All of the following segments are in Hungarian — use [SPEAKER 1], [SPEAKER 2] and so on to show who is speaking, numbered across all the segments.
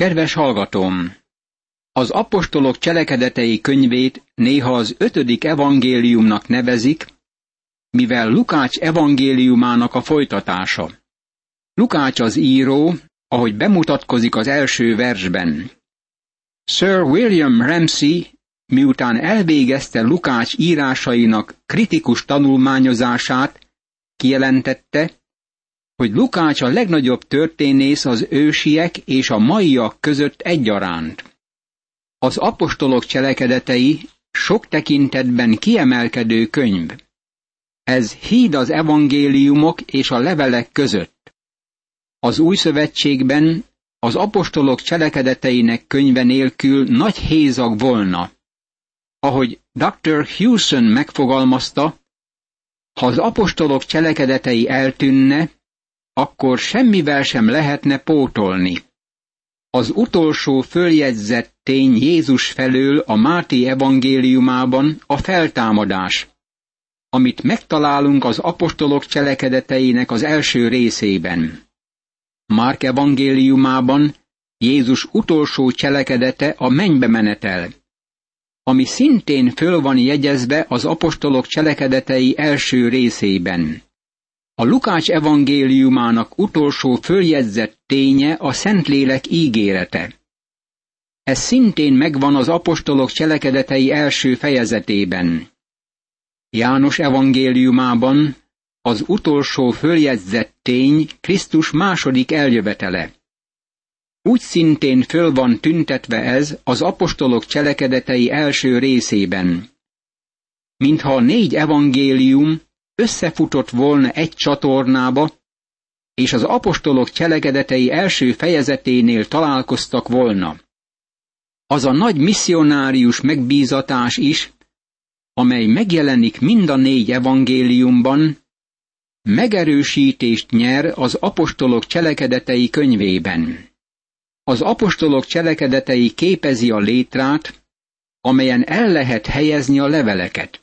[SPEAKER 1] Kedves hallgatóm! Az apostolok cselekedetei könyvét néha az 5. evangéliumnak nevezik, mivel Lukács evangéliumának a folytatása. Lukács az író, ahogy bemutatkozik az első versben. Sir William Ramsay, miután elvégezte Lukács írásainak kritikus tanulmányozását, kijelentette, hogy Lukács a legnagyobb történész az ősiek és a maiak között egyaránt. Az apostolok cselekedetei sok tekintetben kiemelkedő könyv. Ez híd az evangéliumok és a levelek között. Az Új Szövetségben az apostolok cselekedeteinek könyve nélkül nagy hézag volna. Ahogy Dr. Hewson megfogalmazta, ha az apostolok cselekedetei eltűnne, akkor semmivel sem lehetne pótolni. Az utolsó följegyzett tény Jézus felől a Máté evangéliumában a feltámadás, amit megtalálunk az apostolok cselekedeteinek az első részében. Márk evangéliumában Jézus utolsó cselekedete a mennybe menetel, ami szintén föl van jegyezve az apostolok cselekedetei első részében. A Lukács evangéliumának utolsó följegyzett ténye a Szentlélek ígérete. Ez szintén megvan az apostolok cselekedetei első fejezetében. János evangéliumában az utolsó följegyzett tény Krisztus második eljövetele. Úgy szintén föl van tüntetve ez az apostolok cselekedetei első részében. Mintha a 4 evangélium összefutott volna egy csatornába, és az apostolok cselekedetei első fejezeténél találkoztak volna. Az a nagy misszionárius megbízatás is, amely megjelenik mind a 4 evangéliumban, megerősítést nyer az apostolok cselekedetei könyvében. Az apostolok cselekedetei képezi a létrát, amelyen el lehet helyezni a leveleket.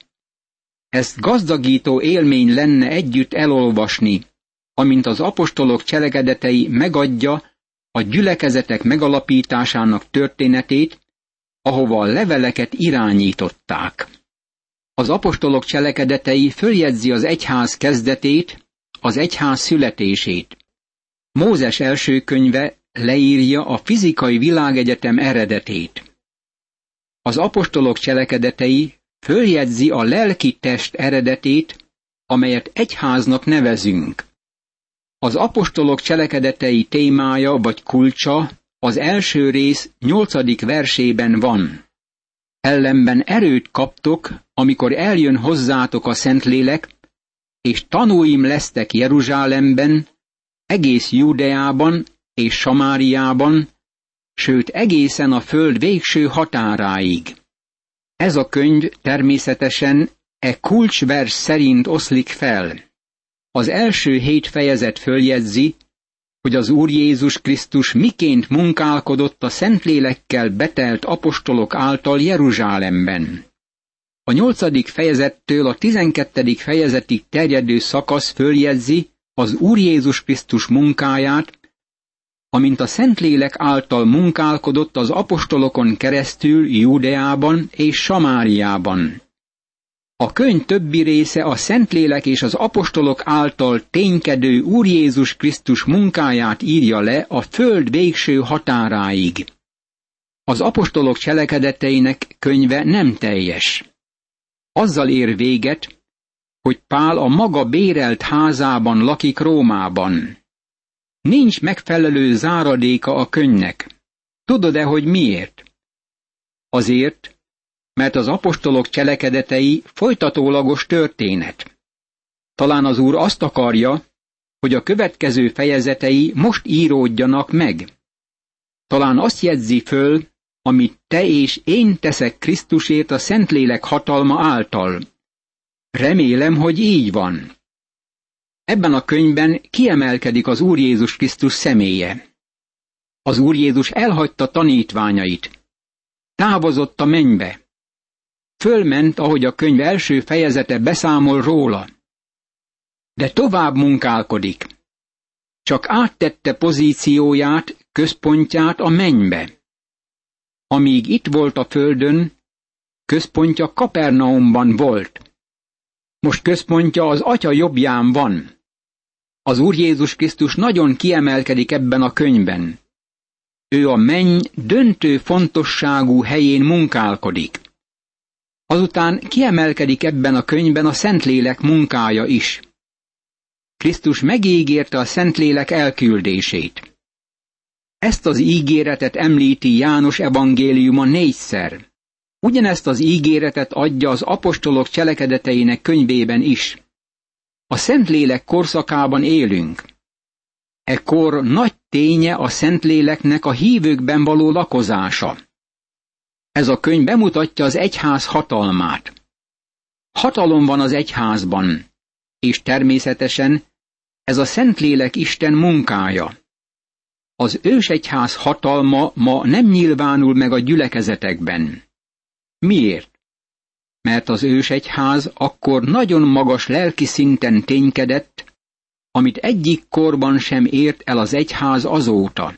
[SPEAKER 1] Ezt gazdagító élmény lenne együtt elolvasni, amint az apostolok cselekedetei megadja a gyülekezetek megalapításának történetét, ahova a leveleket irányították. Az apostolok cselekedetei följegyzi az egyház kezdetét, az egyház születését. Mózes első könyve leírja a fizikai világegyetem eredetét. Az apostolok cselekedetei följegyzi a lelki test eredetét, amelyet egyháznak nevezünk. Az apostolok cselekedetei témája vagy kulcsa az első rész 8. versében van. Ellenben erőt kaptok, amikor eljön hozzátok a Szentlélek, és tanúim lesztek Jeruzsálemben, egész Júdeában és Samáriában, sőt egészen a föld végső határáig. Ez a könyv természetesen kulcsvers szerint oszlik fel. Az első 7 fejezet följegyzi, hogy az Úr Jézus Krisztus miként munkálkodott a Szentlélekkel betelt apostolok által Jeruzsálemben. A 8. fejezettől a 12. fejezetig terjedő szakasz följegyzi az Úr Jézus Krisztus munkáját, amint a Szentlélek által munkálkodott az apostolokon keresztül Júdeában és Samáriában. A könyv többi része a Szentlélek és az apostolok által ténykedő Úr Jézus Krisztus munkáját írja le a föld végső határáig. Az apostolok cselekedeteinek könyve nem teljes. Azzal ér véget, hogy Pál a maga bérelt házában lakik Rómában. Nincs megfelelő záradéka a könyvnek. Tudod-e, hogy miért? Azért, mert az apostolok cselekedetei folytatólagos történet. Talán az Úr azt akarja, hogy a következő fejezetei most íródjanak meg. Talán azt jegyzi föl, amit te és én teszek Krisztusért a Szentlélek hatalma által. Remélem, hogy így van. Ebben a könyvben kiemelkedik az Úr Jézus Krisztus személye. Az Úr Jézus elhagyta tanítványait. Távozott a mennybe. Fölment, ahogy a könyv első fejezete beszámol róla. De tovább munkálkodik. Csak áttette pozícióját központját a mennybe. Amíg itt volt a földön, központja Kapernaumban volt. Most központja az Atya jobbján van. Az Úr Jézus Krisztus nagyon kiemelkedik ebben a könyvben. Ő a menny döntő fontosságú helyén munkálkodik. Azután kiemelkedik ebben a könyvben a Szentlélek munkája is. Krisztus megígérte a Szentlélek elküldését. Ezt az ígéretet említi János evangéliuma 4-szer. Ugyanezt az ígéretet adja az apostolok cselekedeteinek könyvében is. A Szentlélek korszakában élünk. E kor nagy ténye a Szentléleknek a hívőkben való lakozása. Ez a könyv bemutatja az egyház hatalmát. Hatalom van az egyházban, és természetesen ez a Szentlélek Isten munkája. Az ősegyház hatalma ma nem nyilvánul meg a gyülekezetekben. Miért? Mert az ősegyház akkor nagyon magas lelki szinten ténykedett, amit egyik korban sem ért el az egyház azóta.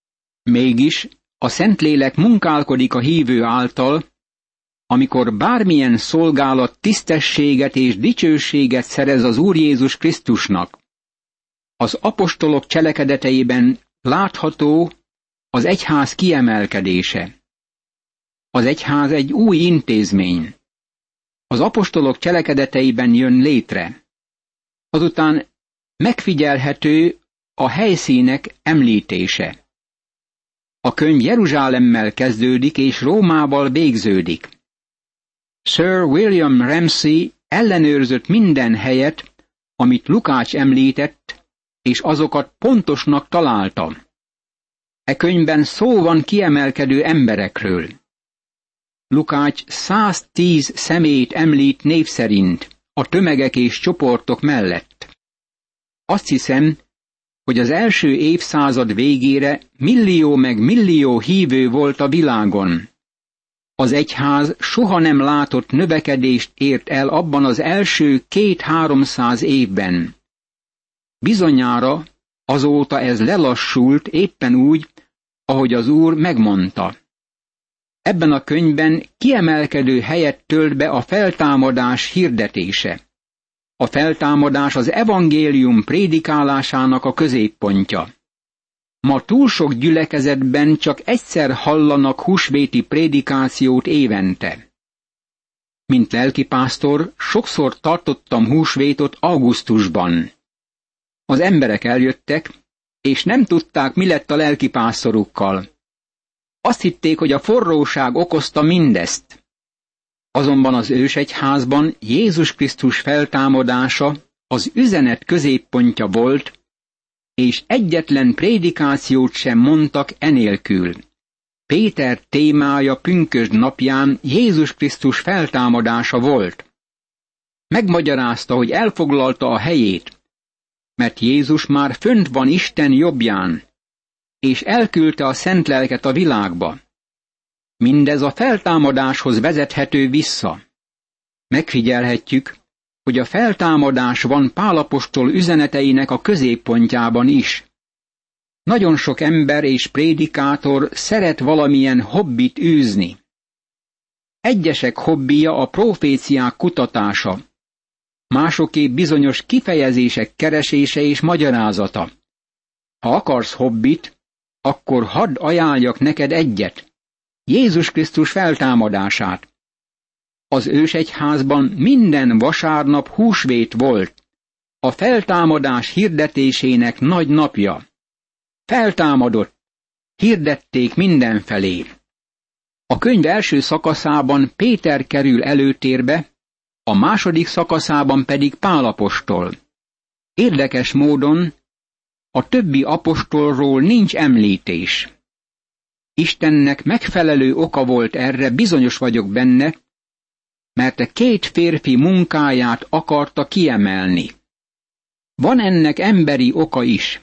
[SPEAKER 1] Mégis a Szentlélek munkálkodik a hívő által, amikor bármilyen szolgálat tisztességet és dicsőséget szerez az Úr Jézus Krisztusnak. Az apostolok cselekedeteiben látható az egyház kiemelkedése. Az egyház egy új intézmény. Az apostolok cselekedeteiben jön létre. Azután megfigyelhető a helyszínek említése. A könyv Jeruzsálemmel kezdődik és Rómával végződik. Sir William Ramsay ellenőrzött minden helyet, amit Lukács említett, és azokat pontosnak találta. E könyvben szó van kiemelkedő emberekről. Lukács 110 személyt említ név szerint a tömegek és csoportok mellett. Azt hiszem, hogy az első évszázad végére millió meg millió hívő volt a világon. Az egyház soha nem látott növekedést ért el abban az első 200-300 évben. Bizonyára azóta ez lelassult éppen úgy, ahogy az Úr megmondta. Ebben a könyvben kiemelkedő helyet tölt be a feltámadás hirdetése. A feltámadás az evangélium prédikálásának a középpontja. Ma túl sok gyülekezetben csak egyszer hallanak húsvéti prédikációt évente. Mint lelkipásztor sokszor tartottam húsvétot augusztusban. Az emberek eljöttek, és nem tudták, mi lett a lelkipásztorukkal. Azt hitték, hogy a forróság okozta mindezt. Azonban az ősegyházban Jézus Krisztus feltámadása az üzenet középpontja volt, és egyetlen prédikációt sem mondtak enélkül. Péter témája pünkösd napján Jézus Krisztus feltámadása volt. Megmagyarázta, hogy elfoglalta a helyét, mert Jézus már fönt van Isten jobbján, és elküldte a Szent Lelket a világba. Mindez a feltámadáshoz vezethető vissza. Megfigyelhetjük, hogy a feltámadás van Pál apostol üzeneteinek a középpontjában is. Nagyon sok ember és prédikátor szeret valamilyen hobbit űzni. Egyesek hobbija a proféciák kutatása, másoké bizonyos kifejezések keresése és magyarázata. Ha akarsz hobbit, akkor hadd ajánljak neked egyet, Jézus Krisztus feltámadását. Az ősegyházban minden vasárnap húsvét volt, a feltámadás hirdetésének nagy napja. Feltámadott, hirdették mindenfelé. A könyv első szakaszában Péter kerül előtérbe, a második szakaszában pedig Pál apostol. Érdekes módon a többi apostolról nincs említés. Istennek megfelelő oka volt erre, bizonyos vagyok benne, mert a két férfi munkáját akarta kiemelni. Van ennek emberi oka is.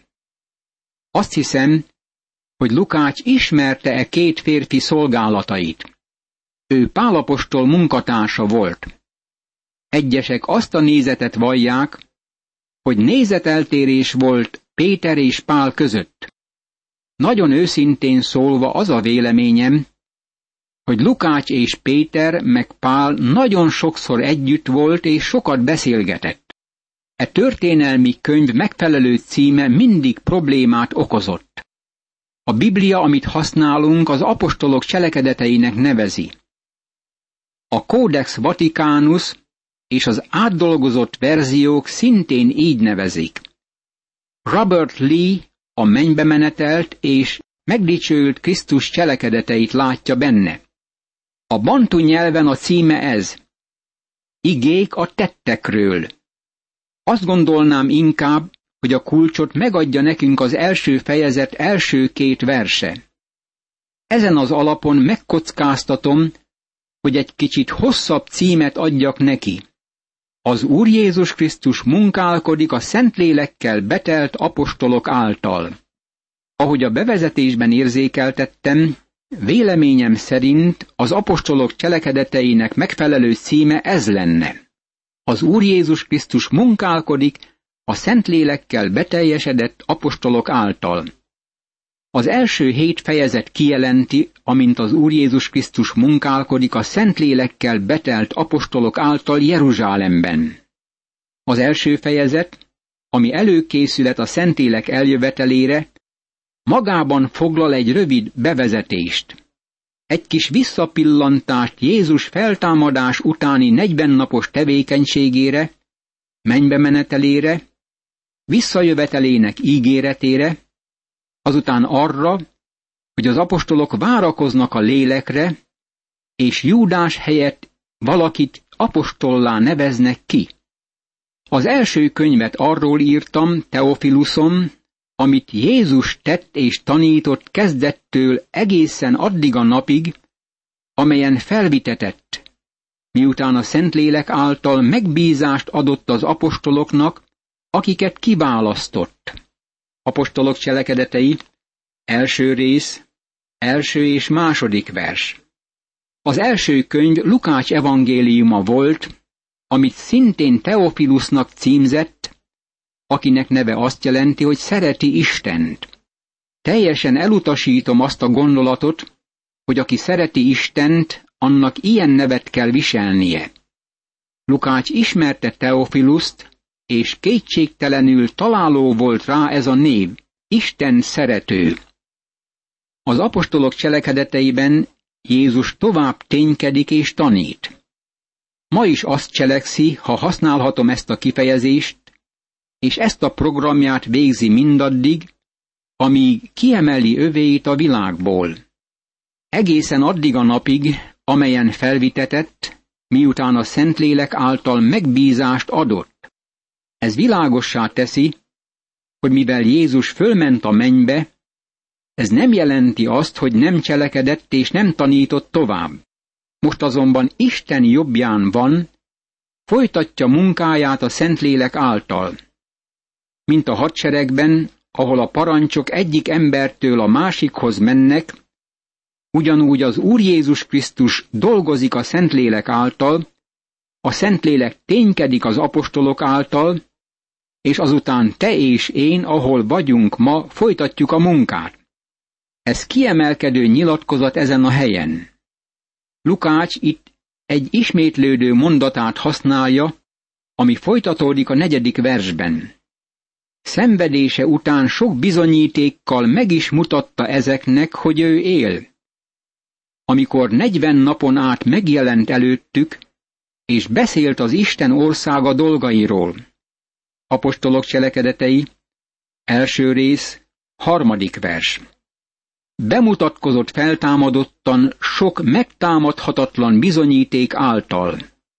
[SPEAKER 1] Azt hiszem, hogy Lukács ismerte e két férfi szolgálatait. Ő Pál apostol munkatársa volt. Egyesek azt a nézetet vallják, hogy nézeteltérés volt Péter és Pál között. nagyon őszintén szólva az a véleményem, hogy Lukács és Péter meg Pál nagyon sokszor együtt volt és sokat beszélgetett. E történelmi könyv megfelelő címe mindig problémát okozott. A Biblia, amit használunk, az apostolok cselekedeteinek nevezi. A Codex Vaticanus és az átdolgozott verziók szintén így nevezik. Robert Lee a mennybe menetelt és megdicsőült Krisztus cselekedeteit látja benne. A bantu nyelven a címe ez. Igék a tettekről. Azt gondolnám inkább, hogy a kulcsot megadja nekünk az első fejezet első 2 verse. Ezen az alapon megkockáztatom, hogy egy kicsit hosszabb címet adjak neki. Az Úr Jézus Krisztus munkálkodik a Szentlélekkel betelt apostolok által. Ahogy a bevezetésben érzékeltettem, véleményem szerint az apostolok cselekedeteinek megfelelő címe ez lenne. Az Úr Jézus Krisztus munkálkodik a Szentlélekkel beteljesedett apostolok által. Az első 7 fejezet kijelenti, amint az Úr Jézus Krisztus munkálkodik a Szentlélekkel betelt apostolok által Jeruzsálemben. Az első fejezet, ami előkészület a Szentlélek eljövetelére, magában foglal egy rövid bevezetést. Egy kis visszapillantást Jézus feltámadás utáni 40 napos tevékenységére, mennybe menetelére, visszajövetelének ígéretére, azután arra, hogy az apostolok várakoznak a lélekre, és Júdás helyett valakit apostollá neveznek ki. Az első könyvet arról írtam, Teofilusom, amit Jézus tett és tanított kezdettől egészen addig a napig, amelyen felvitetett, miután a Szentlélek által megbízást adott az apostoloknak, akiket kiválasztott. Apostolok cselekedetei, első rész, első és második vers. Az első könyv Lukács evangéliuma volt, amit szintén Teofilusnak címzett, akinek neve azt jelenti, hogy szereti Istent. Teljesen elutasítom azt a gondolatot, hogy aki szereti Istent, annak ilyen nevet kell viselnie. Lukács ismerte Teofiluszt, és kétségtelenül találó volt rá ez a név, Isten szerető. Az apostolok cselekedeteiben Jézus tovább ténykedik és tanít. Ma is azt cselekszi, ha használhatom ezt a kifejezést, és ezt a programját végzi mindaddig, amíg kiemeli övéit a világból. Egészen addig a napig, amelyen felvitetett, miután a Szentlélek által megbízást adott. Ez világossá teszi, hogy mivel Jézus fölment a mennybe, ez nem jelenti azt, hogy nem cselekedett és nem tanított tovább. Most azonban Isten jobbján van, folytatja munkáját a Szentlélek által. Mint a hadseregben, ahol a parancsok egyik embertől a másikhoz mennek, ugyanúgy az Úr Jézus Krisztus dolgozik a Szentlélek által, a Szentlélek ténykedik az apostolok által, és azután te és én, ahol vagyunk ma, folytatjuk a munkát. Ez kiemelkedő nyilatkozat ezen a helyen. Lukács itt egy ismétlődő mondatát használja, ami folytatódik a 4. versben. Szenvedése után sok bizonyítékkal meg is mutatta ezeknek, hogy ő él. Amikor 40 napon át megjelent előttük, és beszélt az Isten országa dolgairól. Apostolok cselekedetei, első rész, 3. vers. Bemutatkozott feltámadottan sok megtámadhatatlan bizonyíték által.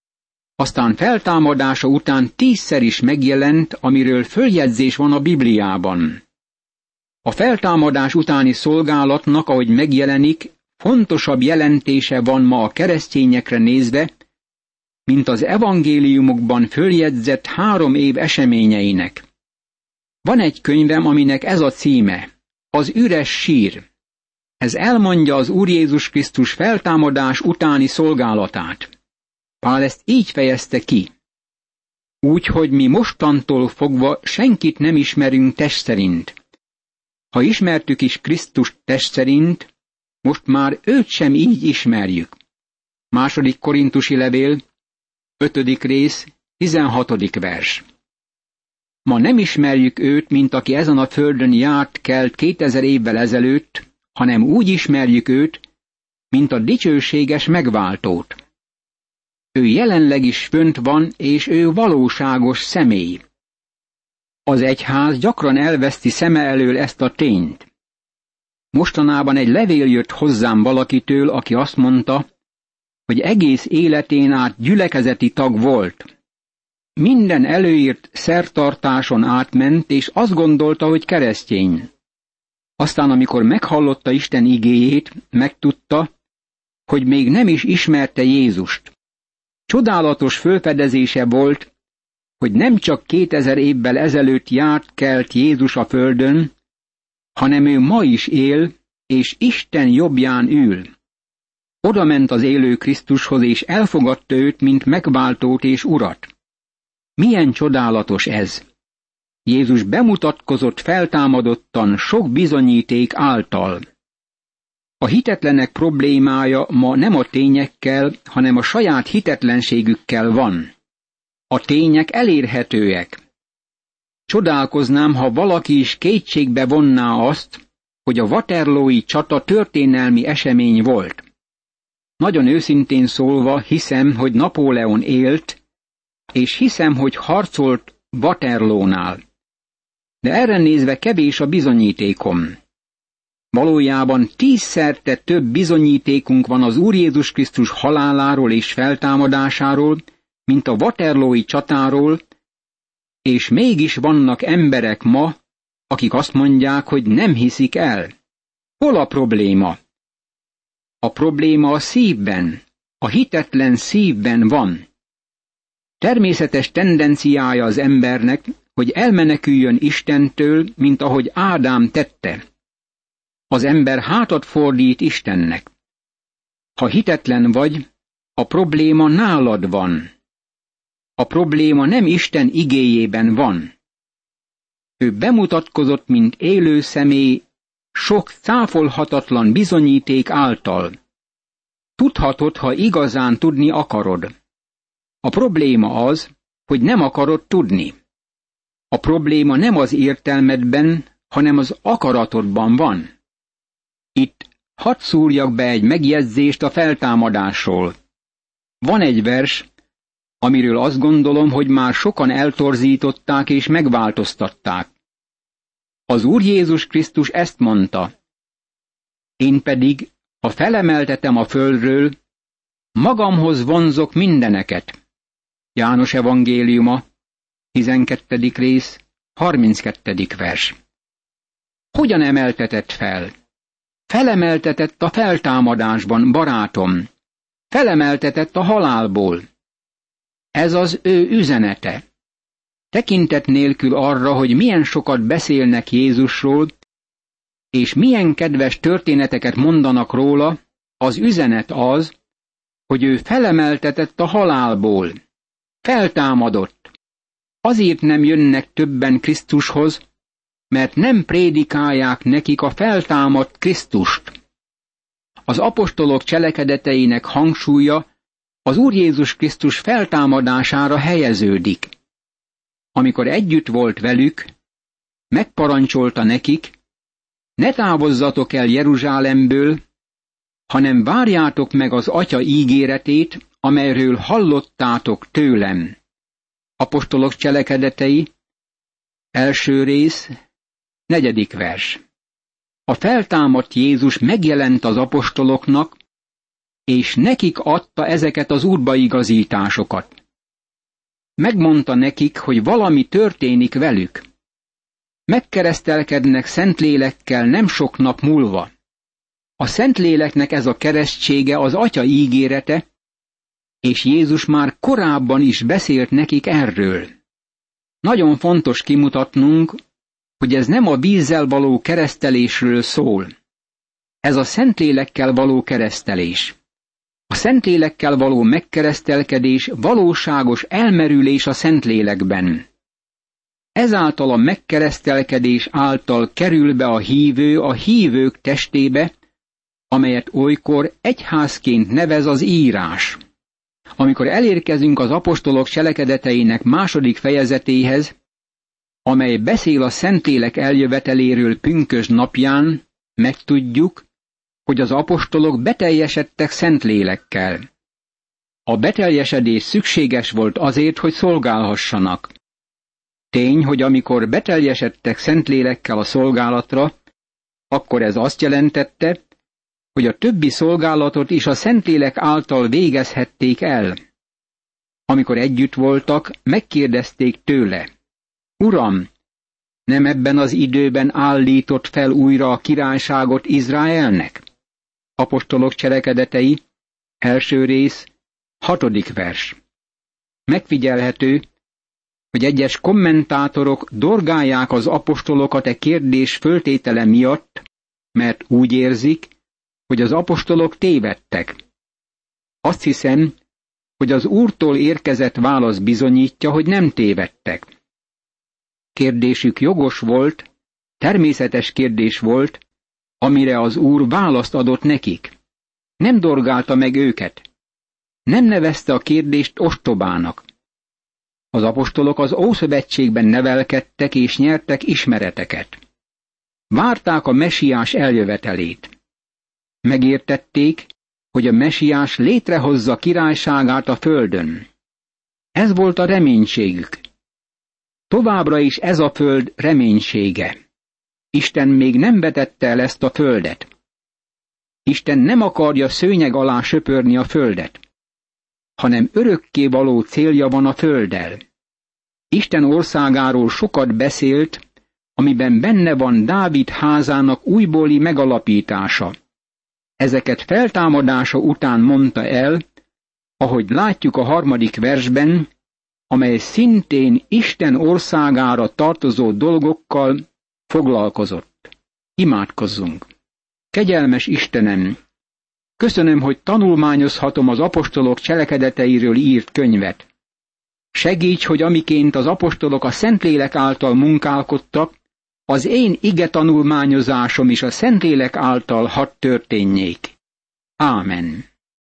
[SPEAKER 1] Aztán feltámadása után 10-szer is megjelent, amiről följegyzés van a Bibliában. A feltámadás utáni szolgálatnak, ahogy megjelenik, fontosabb jelentése van ma a keresztényekre nézve, mint az evangéliumokban följegyzett 3 év eseményeinek. Van egy könyvem, aminek ez a címe, az üres sír. Ez elmondja az Úr Jézus Krisztus feltámadás utáni szolgálatát. Pál ezt így fejezte ki. Úgy, hogy mi mostantól fogva senkit nem ismerünk test szerint. Ha ismertük is Krisztust test szerint, most már őt sem így ismerjük. 2. Korintusi levél, 5. rész, 16. vers. Ma nem ismerjük őt, mint aki ezen a földön járt kelt 2000 évvel ezelőtt, hanem úgy ismerjük őt, mint a dicsőséges megváltót. Ő jelenleg is fönt van, és ő valóságos személy. Az egyház gyakran elveszti szeme elől ezt a tényt. Mostanában egy levél jött hozzám valakitől, aki azt mondta, hogy egész életén át gyülekezeti tag volt. Minden előírt szertartáson átment, és azt gondolta, hogy keresztény. Aztán, amikor meghallotta Isten igéjét, megtudta, hogy még nem is ismerte Jézust. Csodálatos felfedezése volt, hogy nem csak 2000 évvel ezelőtt járt kelt Jézus a földön, hanem ő ma is él, és Isten jobbján ül. Oda ment az élő Krisztushoz, és elfogadta őt, mint megváltót és urat. Milyen csodálatos ez! Jézus bemutatkozott feltámadottan sok bizonyíték által. A hitetlenek problémája ma nem a tényekkel, hanem a saját hitetlenségükkel van. A tények elérhetőek. Csodálkoznám, ha valaki is kétségbe vonná azt, hogy a waterlooi csata történelmi esemény volt. Nagyon őszintén szólva hiszem, hogy Napóleon élt, és hiszem, hogy harcolt Waterloonál. De erre nézve kevés a bizonyítékom. Valójában 10-szerte több bizonyítékunk van az Úr Jézus Krisztus haláláról és feltámadásáról, mint a waterlooi csatáról, és mégis vannak emberek ma, akik azt mondják, hogy nem hiszik el. Hol a probléma? A probléma a szívben, a hitetlen szívben van. Természetes tendenciája az embernek, hogy elmeneküljön Istentől, mint ahogy Ádám tette. Az ember hátat fordít Istennek. Ha hitetlen vagy, a probléma nálad van. A probléma nem Isten igéjében van. Ő bemutatkozott, mint élő személy, sok cáfolhatatlan bizonyíték által. Tudhatod, ha igazán tudni akarod. A probléma az, hogy nem akarod tudni. A probléma nem az értelmedben, hanem az akaratodban van. Itt hadd szúrjak be egy megjegyzést a feltámadásról. Van egy vers, amiről azt gondolom, hogy már sokan eltorzították és megváltoztatták. Az Úr Jézus Krisztus ezt mondta: én pedig, ha felemeltetem a földről, magamhoz vonzok mindeneket. János evangéliuma, 12. rész, 32. vers. Hogyan emeltetett fel? Felemeltetett a feltámadásban, barátom. Felemeltetett a halálból. Ez az ő üzenete. Tekintet nélkül arra, hogy milyen sokat beszélnek Jézusról, és milyen kedves történeteket mondanak róla, az üzenet az, hogy ő felemeltetett a halálból. Feltámadott. Azért nem jönnek többen Krisztushoz, mert nem prédikálják nekik a feltámadt Krisztust. Az apostolok cselekedeteinek hangsúlya az Úr Jézus Krisztus feltámadására helyeződik. Amikor együtt volt velük, megparancsolta nekik: ne távozzatok el Jeruzsálemből, hanem várjátok meg az Atya ígéretét, amelyről hallottátok tőlem. Apostolok cselekedetei, 1. rész, 4. vers. A feltámadt Jézus megjelent az apostoloknak, és nekik adta ezeket az útbaigazításokat. Megmondta nekik, hogy valami történik velük. Megkeresztelkednek Szentlélekkel nem sok nap múlva. A Szentléleknek ez a keresztsége az Atya ígérete, és Jézus már korábban is beszélt nekik erről. Nagyon fontos kimutatnunk, hogy ez nem a vízzel való keresztelésről szól. Ez a Szentlélekkel való keresztelés. A Szentlélekkel való megkeresztelkedés valóságos elmerülés a Szentlélekben. Ezáltal a megkeresztelkedés által kerül be a hívő a hívők testébe, amelyet olykor egyházként nevez az írás. Amikor elérkezünk az apostolok cselekedeteinek második fejezetéhez, amely beszél a Szentlélek eljöveteléről pünkösd napján, megtudjuk, hogy az apostolok beteljesedtek Szentlélekkel. A beteljesedés szükséges volt azért, hogy szolgálhassanak. Tény, hogy amikor beteljesedtek Szentlélekkel a szolgálatra, akkor ez azt jelentette, hogy a többi szolgálatot is a Szentlélek által végezhették el. Amikor együtt voltak, megkérdezték tőle: Uram, nem ebben az időben állított fel újra a királyságot Izraelnek? Apostolok cselekedetei, 1. rész, 6. vers. Megfigyelhető, hogy egyes kommentátorok dorgálják az apostolokat e kérdés föltétele miatt, mert úgy érzik, hogy az apostolok tévedtek. Azt hiszem, hogy az Úrtól érkezett válasz bizonyítja, hogy nem tévedtek. Kérdésük jogos volt, természetes kérdés volt, amire az Úr választ adott nekik. Nem dorgálta meg őket. Nem nevezte a kérdést ostobának. Az apostolok az Ószövetségben nevelkedtek és nyertek ismereteket. Várták a mesiás eljövetelét. Megértették, hogy a mesiás létrehozza királyságát a földön. Ez volt a reménységük. Továbbra is ez a föld reménysége. Isten még nem vetette el ezt a földet. Isten nem akarja szőnyeg alá söpörni a földet, hanem örökké való célja van a földdel. Isten országáról sokat beszélt, amiben benne van Dávid házának újbóli megalapítása. Ezeket feltámadása után mondta el, ahogy látjuk a 3. versben, amely szintén Isten országára tartozó dolgokkal foglalkozott. Imádkozzunk! Kegyelmes Istenem! Köszönöm, hogy tanulmányozhatom az apostolok cselekedeteiről írt könyvet. Segíts, hogy amiként az apostolok a Szentlélek által munkálkodtak, az én ige tanulmányozásom is a Szentlélek által hadd történjék. Ámen.